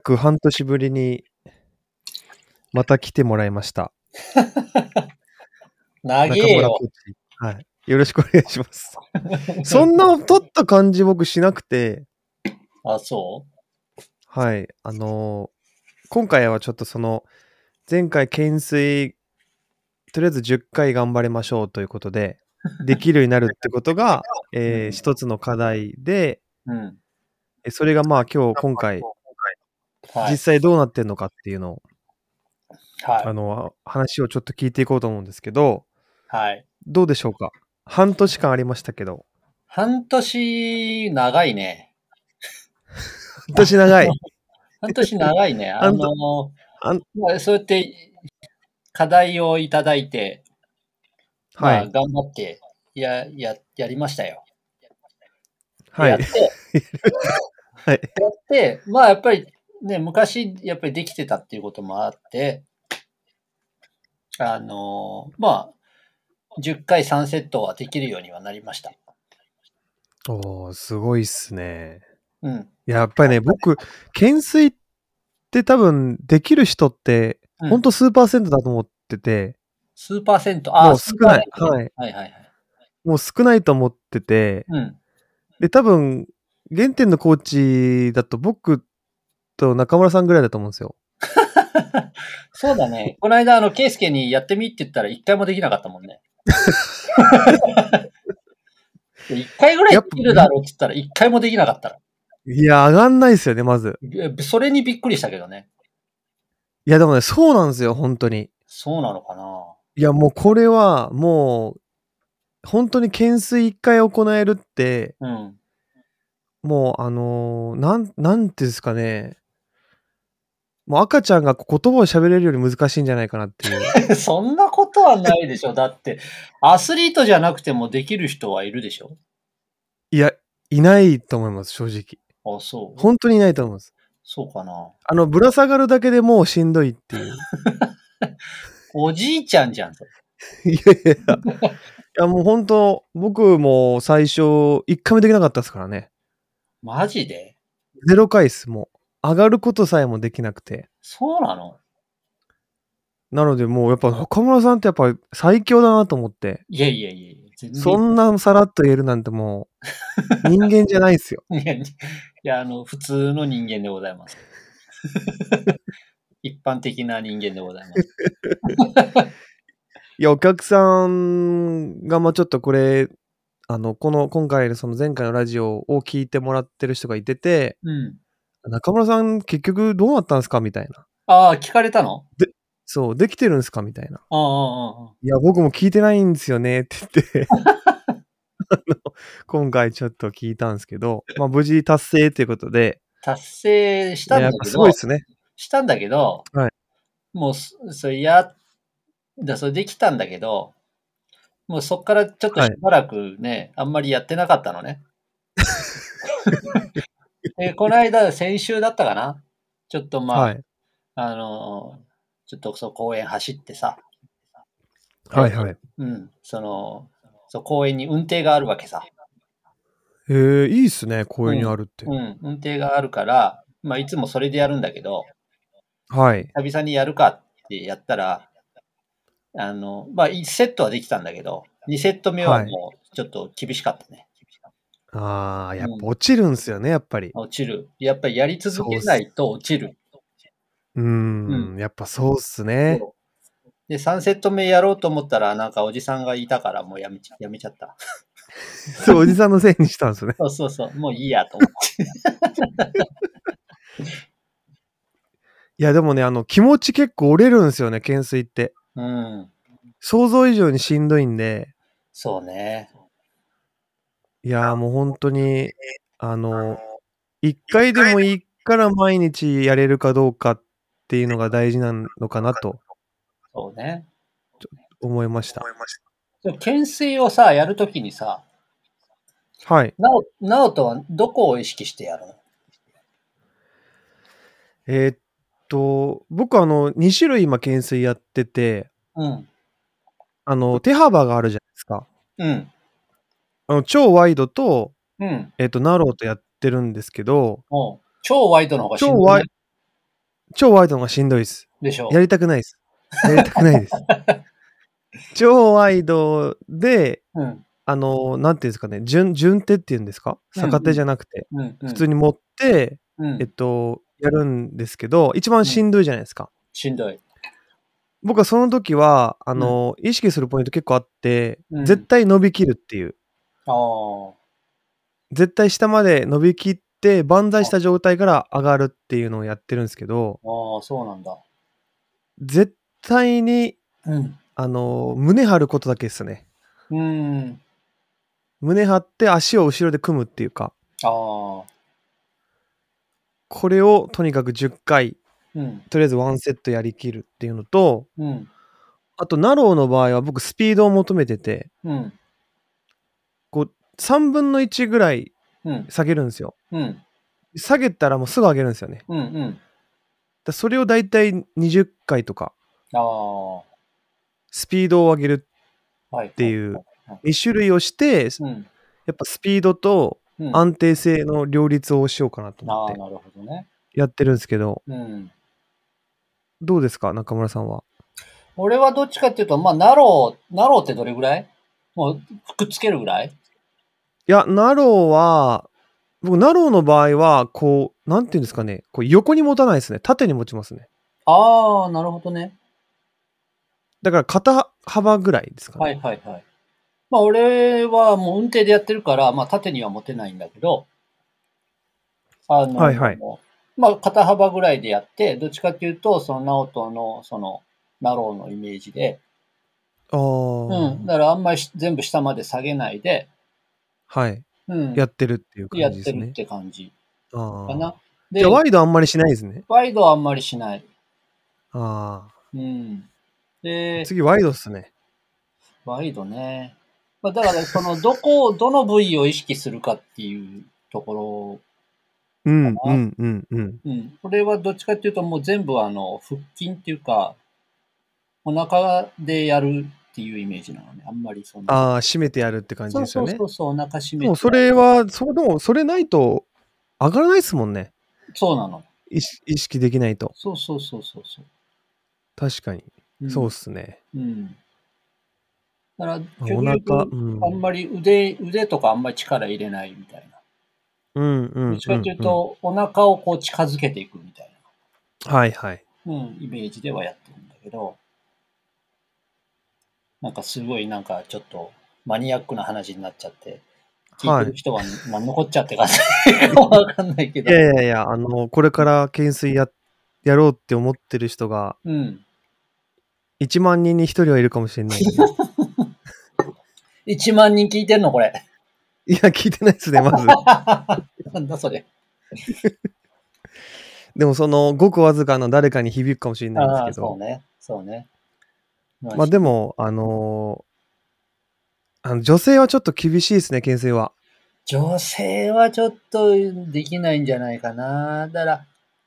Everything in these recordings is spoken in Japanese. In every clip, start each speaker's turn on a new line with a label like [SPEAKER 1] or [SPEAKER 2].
[SPEAKER 1] 半年ぶりにまた来てもらいました。
[SPEAKER 2] 長え
[SPEAKER 1] 中村
[SPEAKER 2] よ。
[SPEAKER 1] コーチ。はい。よろしくお願いします。そんな取った感じ僕しなくて、
[SPEAKER 2] あ、そ
[SPEAKER 1] はい。今回はちょっと前回懸垂、とりあえず10回頑張りましょうということで、できるようになるってことが、一つの課題で、
[SPEAKER 2] う。うん。
[SPEAKER 1] それが今回、
[SPEAKER 2] はい。
[SPEAKER 1] 実際どうなってんのかっていうのを、
[SPEAKER 2] はい。
[SPEAKER 1] 話をちょっと聞いていこうと思うんですけど、
[SPEAKER 2] はい。
[SPEAKER 1] どうでしょうか。半年間ありましたけど。
[SPEAKER 2] 半年長いね。
[SPEAKER 1] 半年長い。
[SPEAKER 2] 半年長いね。
[SPEAKER 1] 半年、
[SPEAKER 2] そうやって課題をいただいて、
[SPEAKER 1] はい。
[SPEAKER 2] 頑張ってやりましたよ。で、
[SPEAKER 1] はい。はい。
[SPEAKER 2] やっぱりね、昔やっぱりできてたっていうこともあって、10回3セットはできるようにはなりました。
[SPEAKER 1] おー、すごいっすね。
[SPEAKER 2] うん。
[SPEAKER 1] やっぱりね、僕、懸垂って多分できる人って、ほんと数パーセントだと思ってて、
[SPEAKER 2] 数パーセント、
[SPEAKER 1] もう
[SPEAKER 2] 数パー
[SPEAKER 1] 少ない。
[SPEAKER 2] セントね。
[SPEAKER 1] はい。
[SPEAKER 2] はいはいはい。
[SPEAKER 1] もう少ないと思ってて、
[SPEAKER 2] うん。
[SPEAKER 1] で、多分、原点のコーチだと僕と中村さんぐらいだと思うんですよ。
[SPEAKER 2] そうだね。この間、ケイスケにやってみって言ったら一回もできなかったもんね。一回ぐらいできるだろうって言ったら一回もできなかったら。
[SPEAKER 1] いや、上がんないっすよね、まず。
[SPEAKER 2] それにびっくりしたけどね。
[SPEAKER 1] いや、でもね、そうなんですよ、本当に。
[SPEAKER 2] そうなのかな。
[SPEAKER 1] いや、もうこれは、もう、本当に懸垂1回行えるって、
[SPEAKER 2] うん。
[SPEAKER 1] もうなんていうんですかね、もう赤ちゃんが言葉を喋れるより難しいんじゃないかなっていう。
[SPEAKER 2] そんなことはないでしょ。だって、アスリートじゃなくてもできる人はいるでしょ。
[SPEAKER 1] いや、いないと思います、正直。
[SPEAKER 2] あ、そう。
[SPEAKER 1] 本当にいないと思います。
[SPEAKER 2] そうかな。
[SPEAKER 1] ぶら下がるだけでもうしんどいっていう。
[SPEAKER 2] おじいちゃんじゃん、それ。
[SPEAKER 1] いやいやいや。いや、もう本当、僕も最初、1回もできなかったですからね。
[SPEAKER 2] マジで
[SPEAKER 1] 0回っす、もう。上がることさえもできなくて。
[SPEAKER 2] そうなの？
[SPEAKER 1] なので、もうやっぱ中村さんってやっぱ最強だなと思って。
[SPEAKER 2] いやいやいやいや、全然。
[SPEAKER 1] そんなさらっと言えるなんてもう、人間じゃないっすよ。
[SPEAKER 2] いや、普通の人間でございます。一般的な人間でございます。
[SPEAKER 1] いや、お客さんが、ちょっとこれ、今回のその前回のラジオを聞いてもらってる人がいてて、
[SPEAKER 2] うん。
[SPEAKER 1] 中村さん結局どうなったんすかみたいな。
[SPEAKER 2] ああ、聞かれたの？
[SPEAKER 1] そう、できてるんすかみたいな。
[SPEAKER 2] ああ、ああ、
[SPEAKER 1] いや、僕も聞いてないんですよねって言って今回ちょっと聞いたんすけど、無事達成ということで。
[SPEAKER 2] 達成し
[SPEAKER 1] いや、
[SPEAKER 2] たん
[SPEAKER 1] やっぱ
[SPEAKER 2] だけど、
[SPEAKER 1] すごいっすね。はい。
[SPEAKER 2] もう、それできたんだけど、もうそっからちょっと
[SPEAKER 1] はい。
[SPEAKER 2] しばらくね、あんまりやってなかったのね。この間、先週だったかな。ちょっと
[SPEAKER 1] はい。
[SPEAKER 2] ちょっと公園走ってさ、
[SPEAKER 1] はいはい。
[SPEAKER 2] うん、公園に運転があるわけさ。
[SPEAKER 1] へえ、いいっすね、公園に
[SPEAKER 2] うん、
[SPEAKER 1] あるって。
[SPEAKER 2] うん、運転があるから、いつもそれでやるんだけど、
[SPEAKER 1] はい。
[SPEAKER 2] 久々にやるかってやったら、1セットはできたんだけど、2セット目は
[SPEAKER 1] はい。
[SPEAKER 2] もうちょっと厳しかったね。
[SPEAKER 1] ああ、やっぱ
[SPEAKER 2] うん。
[SPEAKER 1] 落ちるんすよね、やっぱり。
[SPEAKER 2] 落ちる。やっぱりやり続け
[SPEAKER 1] そうっす。
[SPEAKER 2] ないと落ちる。
[SPEAKER 1] うー
[SPEAKER 2] うん。
[SPEAKER 1] ん、やっぱそうっすね。
[SPEAKER 2] そう。で、3セット目やろうと思ったら、なんかおじさんがいたからもうやめちゃった。
[SPEAKER 1] そう、おじさんのせいにしたんすね。
[SPEAKER 2] そうそうそう。もういいやと思って。
[SPEAKER 1] いや、でもね、気持ち結構折れるんすよね、懸垂って。
[SPEAKER 2] うん。
[SPEAKER 1] 想像以上にしんどいんで。
[SPEAKER 2] そうね。
[SPEAKER 1] いや、もうほんとに、1回でもいいから毎日やれるかどうかっていうのが大事なのかなと
[SPEAKER 2] そうね。
[SPEAKER 1] 思いました。
[SPEAKER 2] 懸垂をさ、やるときにさ、
[SPEAKER 1] はい。
[SPEAKER 2] ナオトはどこを意識してやるの？
[SPEAKER 1] えーっ僕2種類今懸垂やってて、
[SPEAKER 2] うん。
[SPEAKER 1] 手幅があるじゃないですか。
[SPEAKER 2] うん。
[SPEAKER 1] 超ワイドと、
[SPEAKER 2] うん。
[SPEAKER 1] ナローとやってるんですけど、
[SPEAKER 2] 超ワイドの方がしん
[SPEAKER 1] 超ワイ
[SPEAKER 2] どくない？
[SPEAKER 1] 超ワイドの方がしんどいです。
[SPEAKER 2] でしょ
[SPEAKER 1] やりたくないです。やりたくないです。超ワイドで、
[SPEAKER 2] う。うん。
[SPEAKER 1] なんていうんですかね、順手っていうんですか？
[SPEAKER 2] うん
[SPEAKER 1] 逆手じゃなくて、
[SPEAKER 2] うんうん。
[SPEAKER 1] 普通に持って、
[SPEAKER 2] うん。
[SPEAKER 1] やるんですけど、一番
[SPEAKER 2] うん。
[SPEAKER 1] しんどいじゃないですか。
[SPEAKER 2] しんどい。
[SPEAKER 1] 僕はその時は、
[SPEAKER 2] うん。
[SPEAKER 1] 意識するポイント結構あって、絶
[SPEAKER 2] うん。
[SPEAKER 1] 対伸びきるっていう。
[SPEAKER 2] ああ。
[SPEAKER 1] 絶対下まで伸びきって、万歳した状態から上がるっていうのをやってるんすけど、
[SPEAKER 2] ああ、そうなんだ。
[SPEAKER 1] 絶対に、
[SPEAKER 2] うん。
[SPEAKER 1] 胸張ることだけっすね。
[SPEAKER 2] うーん。
[SPEAKER 1] 胸張って足を後ろで組むっていうか、
[SPEAKER 2] ああ。
[SPEAKER 1] これをとにかく10回、
[SPEAKER 2] うん。
[SPEAKER 1] とりあえずワンセットやりきるっていうのと、
[SPEAKER 2] うん。
[SPEAKER 1] あとナローの場合は僕スピードを求めてて、
[SPEAKER 2] うん。
[SPEAKER 1] こう1/3ぐらい
[SPEAKER 2] うん。
[SPEAKER 1] 下げるんすよ。
[SPEAKER 2] うん。
[SPEAKER 1] 下げたらもうすぐ上げるんすよね。
[SPEAKER 2] うんうん。
[SPEAKER 1] それをだいたい20回とか、
[SPEAKER 2] ああ。は
[SPEAKER 1] スピードを上げる
[SPEAKER 2] いはい
[SPEAKER 1] っていう
[SPEAKER 2] はい。
[SPEAKER 1] 2種類をして、
[SPEAKER 2] うん。
[SPEAKER 1] やっぱスピードと
[SPEAKER 2] うん。
[SPEAKER 1] 安定性の両立をしようかなと思っ
[SPEAKER 2] ああ、
[SPEAKER 1] て
[SPEAKER 2] なるほどね。
[SPEAKER 1] やってるんすけど、
[SPEAKER 2] うん。
[SPEAKER 1] どうですか？中村さんは。
[SPEAKER 2] 俺はどっちかっていうと、まあ、ナローってどれぐらい？もう、くっつけるぐらい？
[SPEAKER 1] いや、ナローは、僕ナローの場合は、こう、なんていうんですかね、こう横に持たないですね。縦に持ちますね。
[SPEAKER 2] ああ、なるほどね。
[SPEAKER 1] だから肩幅ぐらいですか
[SPEAKER 2] は
[SPEAKER 1] ね。
[SPEAKER 2] いはいはい。まあ、俺はもう運転でやってるから、まあ、縦には持てないんだけど、あの、
[SPEAKER 1] はいはい。
[SPEAKER 2] まあ、肩幅ぐらいでやって、どっちかっていうと、その、ナオトの、ナローのイメージで、
[SPEAKER 1] あ
[SPEAKER 2] うん。だ
[SPEAKER 1] あ、
[SPEAKER 2] からあんまり全部下まで下げないで、
[SPEAKER 1] はい。
[SPEAKER 2] うん。
[SPEAKER 1] やってるっていう
[SPEAKER 2] やってるっ
[SPEAKER 1] 感じですね。
[SPEAKER 2] て感じか
[SPEAKER 1] ああ。
[SPEAKER 2] な。
[SPEAKER 1] じゃあ
[SPEAKER 2] で、
[SPEAKER 1] ワイドあんまりしないですね。
[SPEAKER 2] ワイドはあんまりしない。
[SPEAKER 1] ああ。
[SPEAKER 2] うん。で、
[SPEAKER 1] 次ワイドっすね。
[SPEAKER 2] ワイドね。まあ、だから、どの部位を意識するかっていうとこ
[SPEAKER 1] うんう
[SPEAKER 2] ろかな。
[SPEAKER 1] んうんうん。
[SPEAKER 2] うん。これはどっちかっていうと、もう全部腹筋っていうか、お腹でやるっていうイメージなのね。あんまり
[SPEAKER 1] ああ、締めてやるって感じ
[SPEAKER 2] そうそう
[SPEAKER 1] ですよね。
[SPEAKER 2] そうそう、お腹締
[SPEAKER 1] でもそ
[SPEAKER 2] めてやる。
[SPEAKER 1] れは、でもそれないと上がらないっすもんね。
[SPEAKER 2] そうなの。
[SPEAKER 1] 意識できないと。
[SPEAKER 2] そうそうそうそうそう。
[SPEAKER 1] 確かに。そうっ
[SPEAKER 2] うん。
[SPEAKER 1] すね。
[SPEAKER 2] うん。だから、
[SPEAKER 1] お腹、
[SPEAKER 2] 極力、
[SPEAKER 1] うん。
[SPEAKER 2] あんまり腕とかあんまり力入れないみたいな。
[SPEAKER 1] うんうん
[SPEAKER 2] どっちかって
[SPEAKER 1] うんうん。
[SPEAKER 2] いうと、お腹をこう近づけていくみたい
[SPEAKER 1] はいはい。
[SPEAKER 2] な、うん、イメージではやってるんだけど、なんかすごいなんかちょっとマニアックな話になっちゃって、聞いて
[SPEAKER 1] はい。
[SPEAKER 2] る人は何のこっちゃって感じかもわかんないけ
[SPEAKER 1] いや
[SPEAKER 2] ど。
[SPEAKER 1] いやいや、これから懸垂やろうって思ってる人が、
[SPEAKER 2] うん。
[SPEAKER 1] 1万人に1人はいるかもしれないんでね。
[SPEAKER 2] 1万人聞いてんのこれ。
[SPEAKER 1] いや、聞いてないですね、まず。
[SPEAKER 2] なんだそれ。
[SPEAKER 1] でもごくわずかな誰かに響くかもしれないんです
[SPEAKER 2] ああ、
[SPEAKER 1] けど、
[SPEAKER 2] そうね。そうね。まあ、
[SPEAKER 1] ま、でも、女性はちょっと厳しいですね、懸垂は。
[SPEAKER 2] 女性はちょっとできないんじゃないかな。だから、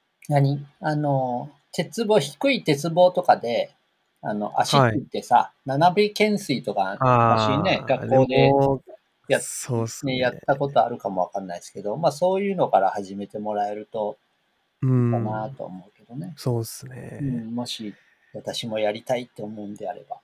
[SPEAKER 2] 低い鉄棒とかで、足
[SPEAKER 1] はい。
[SPEAKER 2] 切ってさ、斜め懸垂とか、昔ね、
[SPEAKER 1] ああ、で
[SPEAKER 2] 学校で
[SPEAKER 1] も、
[SPEAKER 2] や、
[SPEAKER 1] そうっす
[SPEAKER 2] ね、やっ
[SPEAKER 1] ね。
[SPEAKER 2] たことあるかもわかんないですけど、まあそういうのから始めてもらえると
[SPEAKER 1] うー
[SPEAKER 2] いいかな
[SPEAKER 1] ん、
[SPEAKER 2] と思うけどね。
[SPEAKER 1] そうっすね。
[SPEAKER 2] うん、もし私もやりたいって思うんであれば。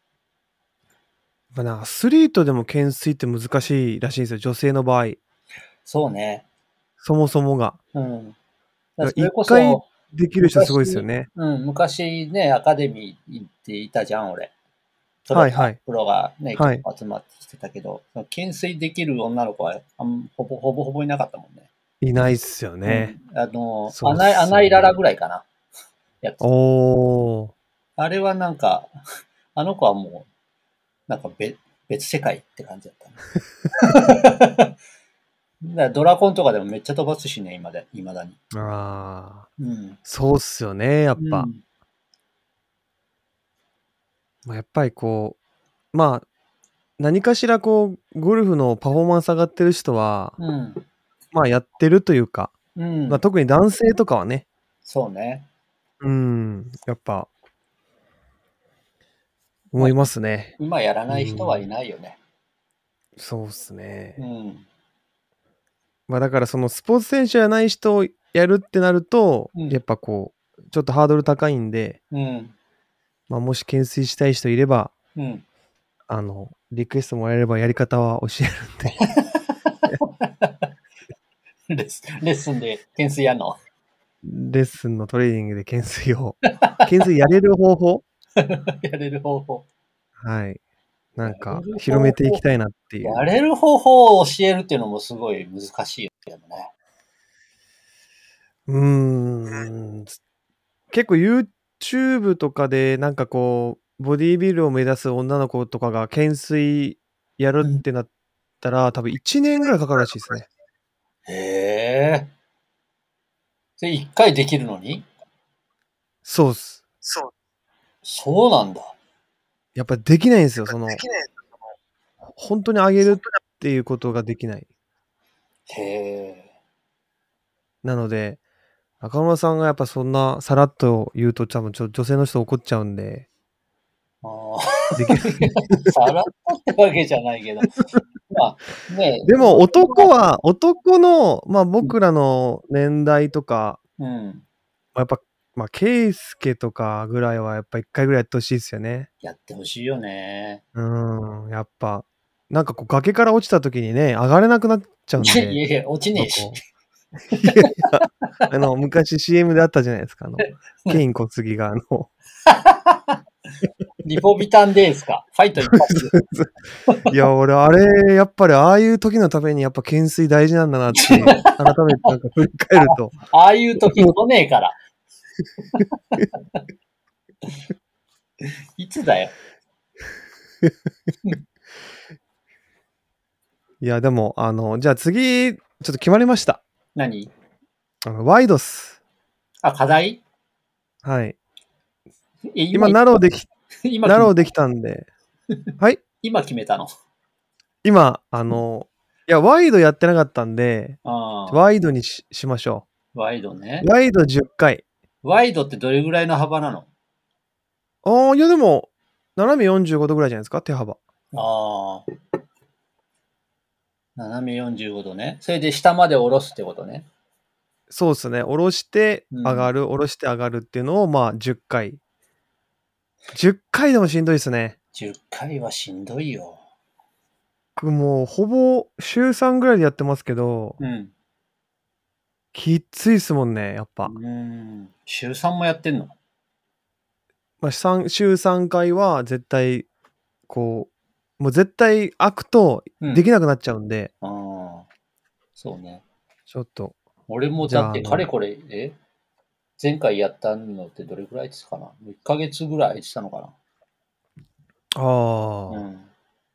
[SPEAKER 1] アスリートでも懸垂って難しいらしいんですよ、女性の場合。
[SPEAKER 2] そうね。
[SPEAKER 1] そもそもが。
[SPEAKER 2] うん。だからそれ
[SPEAKER 1] 1
[SPEAKER 2] こ
[SPEAKER 1] 回
[SPEAKER 2] そ、
[SPEAKER 1] できる人すごいですよね。
[SPEAKER 2] 昔ね、アカデミー行っていたじゃん、俺。
[SPEAKER 1] はいはい。
[SPEAKER 2] プロがね、
[SPEAKER 1] はい。
[SPEAKER 2] 結構集まってきてたけど、その懸垂できる女の子は、ほぼほぼいなかったもんね。
[SPEAKER 1] いないっすよ
[SPEAKER 2] うん。
[SPEAKER 1] ね。そうっ
[SPEAKER 2] アナイララ
[SPEAKER 1] すよね。
[SPEAKER 2] ぐらいかな。やって
[SPEAKER 1] お
[SPEAKER 2] た。
[SPEAKER 1] お。
[SPEAKER 2] あれはなんか、あの子はもう、なんか別世界って感じだったね。だからドラコンとかでもめっちゃ飛ばすしね、未だに。
[SPEAKER 1] ああ、
[SPEAKER 2] うん。
[SPEAKER 1] そうっすよね、やっぱ。
[SPEAKER 2] うん。
[SPEAKER 1] やっぱり何かしらゴルフのパフォーマンス上がってる人は、
[SPEAKER 2] うん。
[SPEAKER 1] やってるというか、
[SPEAKER 2] うん。
[SPEAKER 1] 特に男性とかはね、
[SPEAKER 2] そうね。
[SPEAKER 1] やっぱ
[SPEAKER 2] まあ、
[SPEAKER 1] 思いますね。
[SPEAKER 2] 今やら
[SPEAKER 1] う
[SPEAKER 2] ない人はい
[SPEAKER 1] ん、
[SPEAKER 2] ないよね。
[SPEAKER 1] そうっすね。
[SPEAKER 2] うん。
[SPEAKER 1] だからスポーツ選手じゃない人をやるってなると、
[SPEAKER 2] うん。
[SPEAKER 1] やっぱちょっとハードル高いんで、
[SPEAKER 2] うん。
[SPEAKER 1] まあ、もし懸垂したい人いれば、
[SPEAKER 2] うん。
[SPEAKER 1] リクエストもらえればやり方は教えるんで、
[SPEAKER 2] レッスンで懸垂やんの
[SPEAKER 1] レッスンのトレーニングで懸垂やれる方法
[SPEAKER 2] やれる方法。
[SPEAKER 1] はい。なんか
[SPEAKER 2] やれる方法
[SPEAKER 1] 広めていきたいなっていう。
[SPEAKER 2] やれる方法を教えるっていうのもすごい難しいよね。
[SPEAKER 1] 結構 YouTube とかでなんかこう、ボディービルを目指す女の子とかが懸垂やるってなったら、多分1年ぐらいかかるらしいですね。
[SPEAKER 2] へえ。で、一回できるのに
[SPEAKER 1] そうっす。
[SPEAKER 2] そうなんだ。
[SPEAKER 1] やっぱできないんですよ。本当に上げるっていうことができない。
[SPEAKER 2] へえ。
[SPEAKER 1] なので、中村さんがやっぱそんなさらっと言うと多分女性の人怒っちゃうんで、
[SPEAKER 2] あ
[SPEAKER 1] できる。
[SPEAKER 2] あ。さらっとってわけじゃないけど。まあ、ね
[SPEAKER 1] でも男の、まあ僕らの年代とか、
[SPEAKER 2] うん。
[SPEAKER 1] やっぱ、まあ、ケイスケとかぐらいはやっぱ一回ぐらいやってほしいですよね。
[SPEAKER 2] やってほしいよね。
[SPEAKER 1] やっぱ、なんかこう崖から落ちた時にね、上がれなくなっちゃうん
[SPEAKER 2] いや
[SPEAKER 1] で。
[SPEAKER 2] いやいや、落ちねえし。
[SPEAKER 1] いやいや、昔 CM であったじゃないですか。ケイン小杉が
[SPEAKER 2] リポビタンデースか。ファイト一発。
[SPEAKER 1] いや、俺、あれ、やっぱりああいう時のためにやっぱ懸垂大事なんだなって、改めてなんか振り返ると。
[SPEAKER 2] ああいう時来ねえから。いつだよ。
[SPEAKER 1] いや、でも、じゃあ次、ちょっと決まりました。
[SPEAKER 2] 何
[SPEAKER 1] ワイドっす。
[SPEAKER 2] あ、課題
[SPEAKER 1] はい。
[SPEAKER 2] 今、
[SPEAKER 1] ナローでき
[SPEAKER 2] た。
[SPEAKER 1] たんで。はい。
[SPEAKER 2] 今決めたの。
[SPEAKER 1] 今、いや、ワイドやってなかったんで、
[SPEAKER 2] ああ、
[SPEAKER 1] ワイドにしましょ
[SPEAKER 2] ワイドね
[SPEAKER 1] う。。ワイド10回。
[SPEAKER 2] ワイドってどれぐらいの幅なの
[SPEAKER 1] いやでも、斜め45度ぐらいじゃないですか、手幅。
[SPEAKER 2] ああ。斜め45度ね。それで下まで下ろすってことね。
[SPEAKER 1] そうですね。下ろして上が
[SPEAKER 2] うん。
[SPEAKER 1] る、下ろして上がるっていうのを、まあ、10回。10回でもしんどいですね。
[SPEAKER 2] 10回はしんどいよ。
[SPEAKER 1] 僕もう、ほぼ週3ぐらいでやってますけど、
[SPEAKER 2] うん。
[SPEAKER 1] きっついっすもんね、やっぱ。
[SPEAKER 2] 週3もやってんの
[SPEAKER 1] まあ、週3回は絶対、こう、もう絶対開くとできなくなっちゃうんで、
[SPEAKER 2] ああ、そうね。
[SPEAKER 1] ちょっと、
[SPEAKER 2] 俺も
[SPEAKER 1] じゃあ、
[SPEAKER 2] だってかれこれ、前回やったのってどれぐらいですかな ?1 ヶ月ぐらい空いてたのかなう
[SPEAKER 1] ああ、
[SPEAKER 2] ん。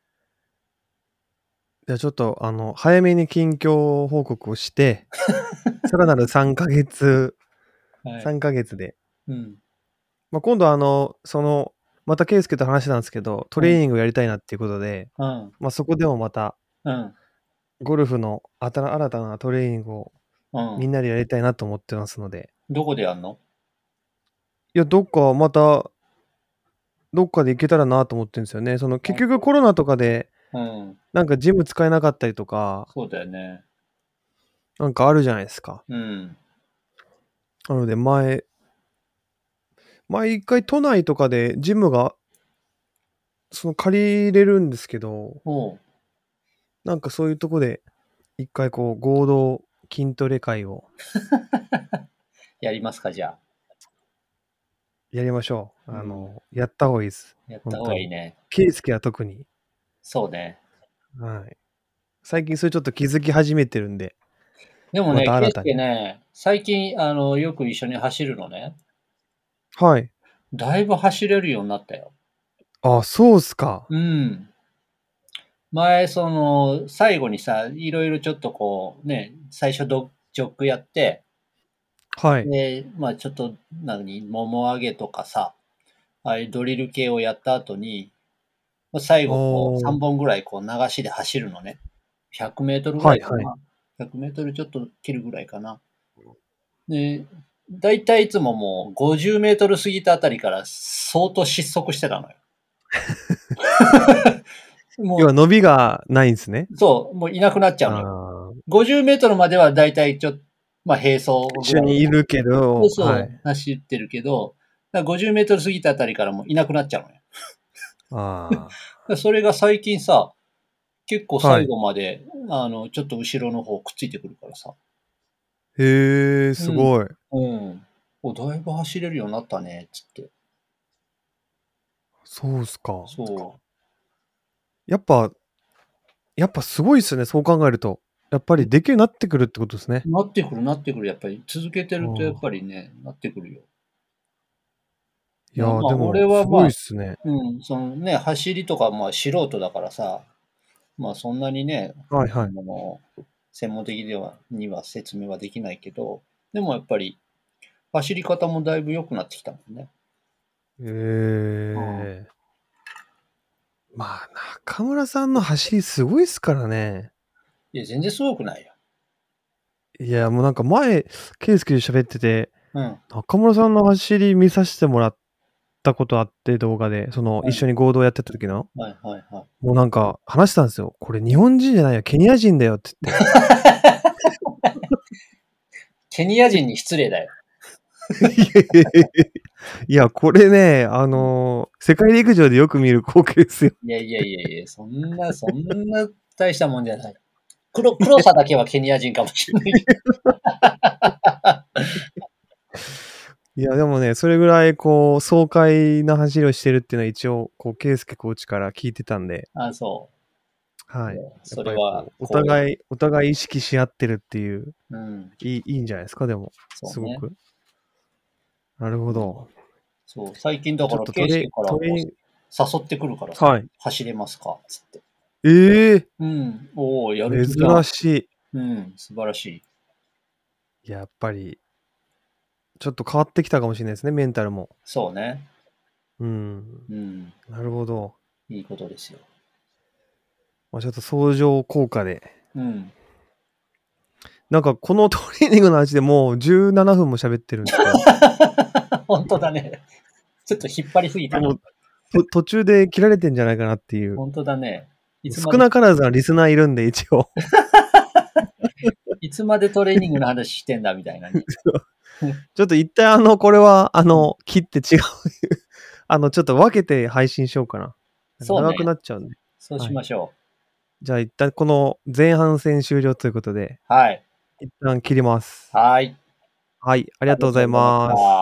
[SPEAKER 1] じゃあちょっと、早めに近況報告をして、さらなる3ヶ月、
[SPEAKER 2] はい。
[SPEAKER 1] 3ヶ月で。
[SPEAKER 2] うん。
[SPEAKER 1] まあ、今度またケイスケと話したんですけど、トレーニングをやりたいなっていうことで、
[SPEAKER 2] うん。
[SPEAKER 1] まあ、そこでもまた、
[SPEAKER 2] うん。
[SPEAKER 1] ゴルフの新たなトレーニングを
[SPEAKER 2] うん。
[SPEAKER 1] みんなでやりたいなと思ってますので、
[SPEAKER 2] どこでやんの
[SPEAKER 1] いや、どっかで行けたらなと思ってるんですよね。結局コロナとかで、
[SPEAKER 2] うん。
[SPEAKER 1] なんかジム使えなかったりとか、
[SPEAKER 2] そうだよね。
[SPEAKER 1] なんかあるじゃないですか。
[SPEAKER 2] うん。
[SPEAKER 1] なので前一回都内とかでジムが、借りれるんですけど、
[SPEAKER 2] おう。
[SPEAKER 1] なんかそういうとこで一回こう合同筋トレ会を
[SPEAKER 2] やりますか、じゃあ。
[SPEAKER 1] やりましょう。
[SPEAKER 2] うん
[SPEAKER 1] やった方がいいです。
[SPEAKER 2] やった方がいいね。
[SPEAKER 1] ケイスケは特に。
[SPEAKER 2] そうね。
[SPEAKER 1] はい。最近それちょっと気づき始めてるんで、
[SPEAKER 2] でもね、ケイス
[SPEAKER 1] また新たに。
[SPEAKER 2] ケね、最近、よく一緒に走るのね。
[SPEAKER 1] はい。
[SPEAKER 2] だいぶ走れるようになったよ。
[SPEAKER 1] あ、そうっすか。
[SPEAKER 2] うん。前、最後にさ、いろいろちょっとこう、ね、最初ジョッグやって、
[SPEAKER 1] はい。
[SPEAKER 2] で、まあちょっと、もも上げとかさ、ああいうドリル系をやった後に、まあ最後こう、
[SPEAKER 1] おー。
[SPEAKER 2] 3本ぐらいこう流しで走るのね。100メートルぐら
[SPEAKER 1] はいはい。
[SPEAKER 2] いかな。100メートルちょっと切るぐらいかな。で、だいたいいつももう50メートル過ぎたあたりから相当失速してたのよ。も
[SPEAKER 1] 要は伸びがないんですね。
[SPEAKER 2] そう、もういなくなっちゃうのよ。
[SPEAKER 1] あ
[SPEAKER 2] 50メートルまではだいたいまあ並走
[SPEAKER 1] 一緒にいるけど、
[SPEAKER 2] そうそう、
[SPEAKER 1] はい。
[SPEAKER 2] 走ってるけど、だから50メートル過ぎたあたりからもういなくなっちゃうのよ。
[SPEAKER 1] あ
[SPEAKER 2] それが最近さ、結構
[SPEAKER 1] あ。は
[SPEAKER 2] 最
[SPEAKER 1] い。
[SPEAKER 2] 後まで、ちょっと後ろの方くっついてくるからさ。
[SPEAKER 1] へえ、
[SPEAKER 2] うん。
[SPEAKER 1] すごい。
[SPEAKER 2] うん。だいぶ走れるようになったね、つって。
[SPEAKER 1] そうっすか。
[SPEAKER 2] そ
[SPEAKER 1] やっぱすごいっすね、そう考えると。やっぱりできるようになってくるってことですね。
[SPEAKER 2] う。なってくる、なってくる。やっぱり続けてるとやっぱ
[SPEAKER 1] ああ。
[SPEAKER 2] りね、なってくるよ。
[SPEAKER 1] いや、
[SPEAKER 2] まあ、
[SPEAKER 1] でも、
[SPEAKER 2] 俺は
[SPEAKER 1] すごい
[SPEAKER 2] まあ、
[SPEAKER 1] っすね。
[SPEAKER 2] そのね、走りとかまあ素人だからさ、まあそんなにね、
[SPEAKER 1] はいはい。
[SPEAKER 2] 専門的には説明はできないけど、でもやっぱり走り方もだいぶ良くなってきたもんね。うん。
[SPEAKER 1] ええ。まあ、中村さんの走りすごいっすからね。
[SPEAKER 2] いや、全然すごくないよ。
[SPEAKER 1] いや、もうなんか前、圭介で喋ってて、
[SPEAKER 2] うん。
[SPEAKER 1] 中村さんの走り見させてもらったことあって、動画で、一緒に合同やってた時の。
[SPEAKER 2] はいはいはい。
[SPEAKER 1] もうなんか話したんですよ。これ日本人じゃないよ、ケニア人だよって言って。
[SPEAKER 2] ケニア人に失礼だよ。
[SPEAKER 1] いや、これね、世界陸上でよく見る光景ですよ。
[SPEAKER 2] いやいやいやいや、そんな大したもんじゃない。黒さだけはケニア人かもしれないけ
[SPEAKER 1] いや、でもね、それぐらいこう、爽快な走りをしてるっていうのは一応、こう、圭介コーチから聞いてたんで、
[SPEAKER 2] ど。あ、そ
[SPEAKER 1] はい。
[SPEAKER 2] う。
[SPEAKER 1] やっ
[SPEAKER 2] それは
[SPEAKER 1] ぱりこう、
[SPEAKER 2] 光栄。
[SPEAKER 1] お互い意識し合ってるっていう、
[SPEAKER 2] うん。
[SPEAKER 1] いいんじゃないですか、でも。
[SPEAKER 2] そうね。
[SPEAKER 1] すごく。なるほど。
[SPEAKER 2] そう。最近だから、
[SPEAKER 1] ちょっと
[SPEAKER 2] ケイスケからも
[SPEAKER 1] トレ
[SPEAKER 2] 誘ってくるからさ、
[SPEAKER 1] はい。
[SPEAKER 2] 走れますかつって。
[SPEAKER 1] ええ
[SPEAKER 2] うん。おお、やる気じゃん。
[SPEAKER 1] 珍しい。
[SPEAKER 2] うん。素晴らしい。
[SPEAKER 1] やっぱり、ちょっと変わってきたかもしれないですね、メンタルも。
[SPEAKER 2] そうね。
[SPEAKER 1] うん。
[SPEAKER 2] うん。
[SPEAKER 1] なるほど。
[SPEAKER 2] いいことですよ。
[SPEAKER 1] まあ、ちょっと相乗効果で。
[SPEAKER 2] うん。
[SPEAKER 1] なんかこのトレーニングの話でもう17分も喋ってるんですけど。
[SPEAKER 2] 本当だね。ちょっと引っ張りすぎたな。
[SPEAKER 1] でも、途中で切られてんじゃないかなっていう。
[SPEAKER 2] 本当だね。
[SPEAKER 1] 少なからずなリスナーいるんで、一応。
[SPEAKER 2] いつまでトレーニングの話してんだみたいなね。
[SPEAKER 1] ちょっと一旦これは、切って違うちょっと分けて配信しようかな。
[SPEAKER 2] そうね。
[SPEAKER 1] 長くなっちゃうんで。
[SPEAKER 2] そうし
[SPEAKER 1] はい。
[SPEAKER 2] ましょ
[SPEAKER 1] じゃあ一旦この前半戦終了ということで、
[SPEAKER 2] う。はい。
[SPEAKER 1] 一旦切ります。
[SPEAKER 2] はい。
[SPEAKER 1] はい、あり
[SPEAKER 2] ありが
[SPEAKER 1] がとうござい
[SPEAKER 2] とうございまし
[SPEAKER 1] ます。
[SPEAKER 2] た。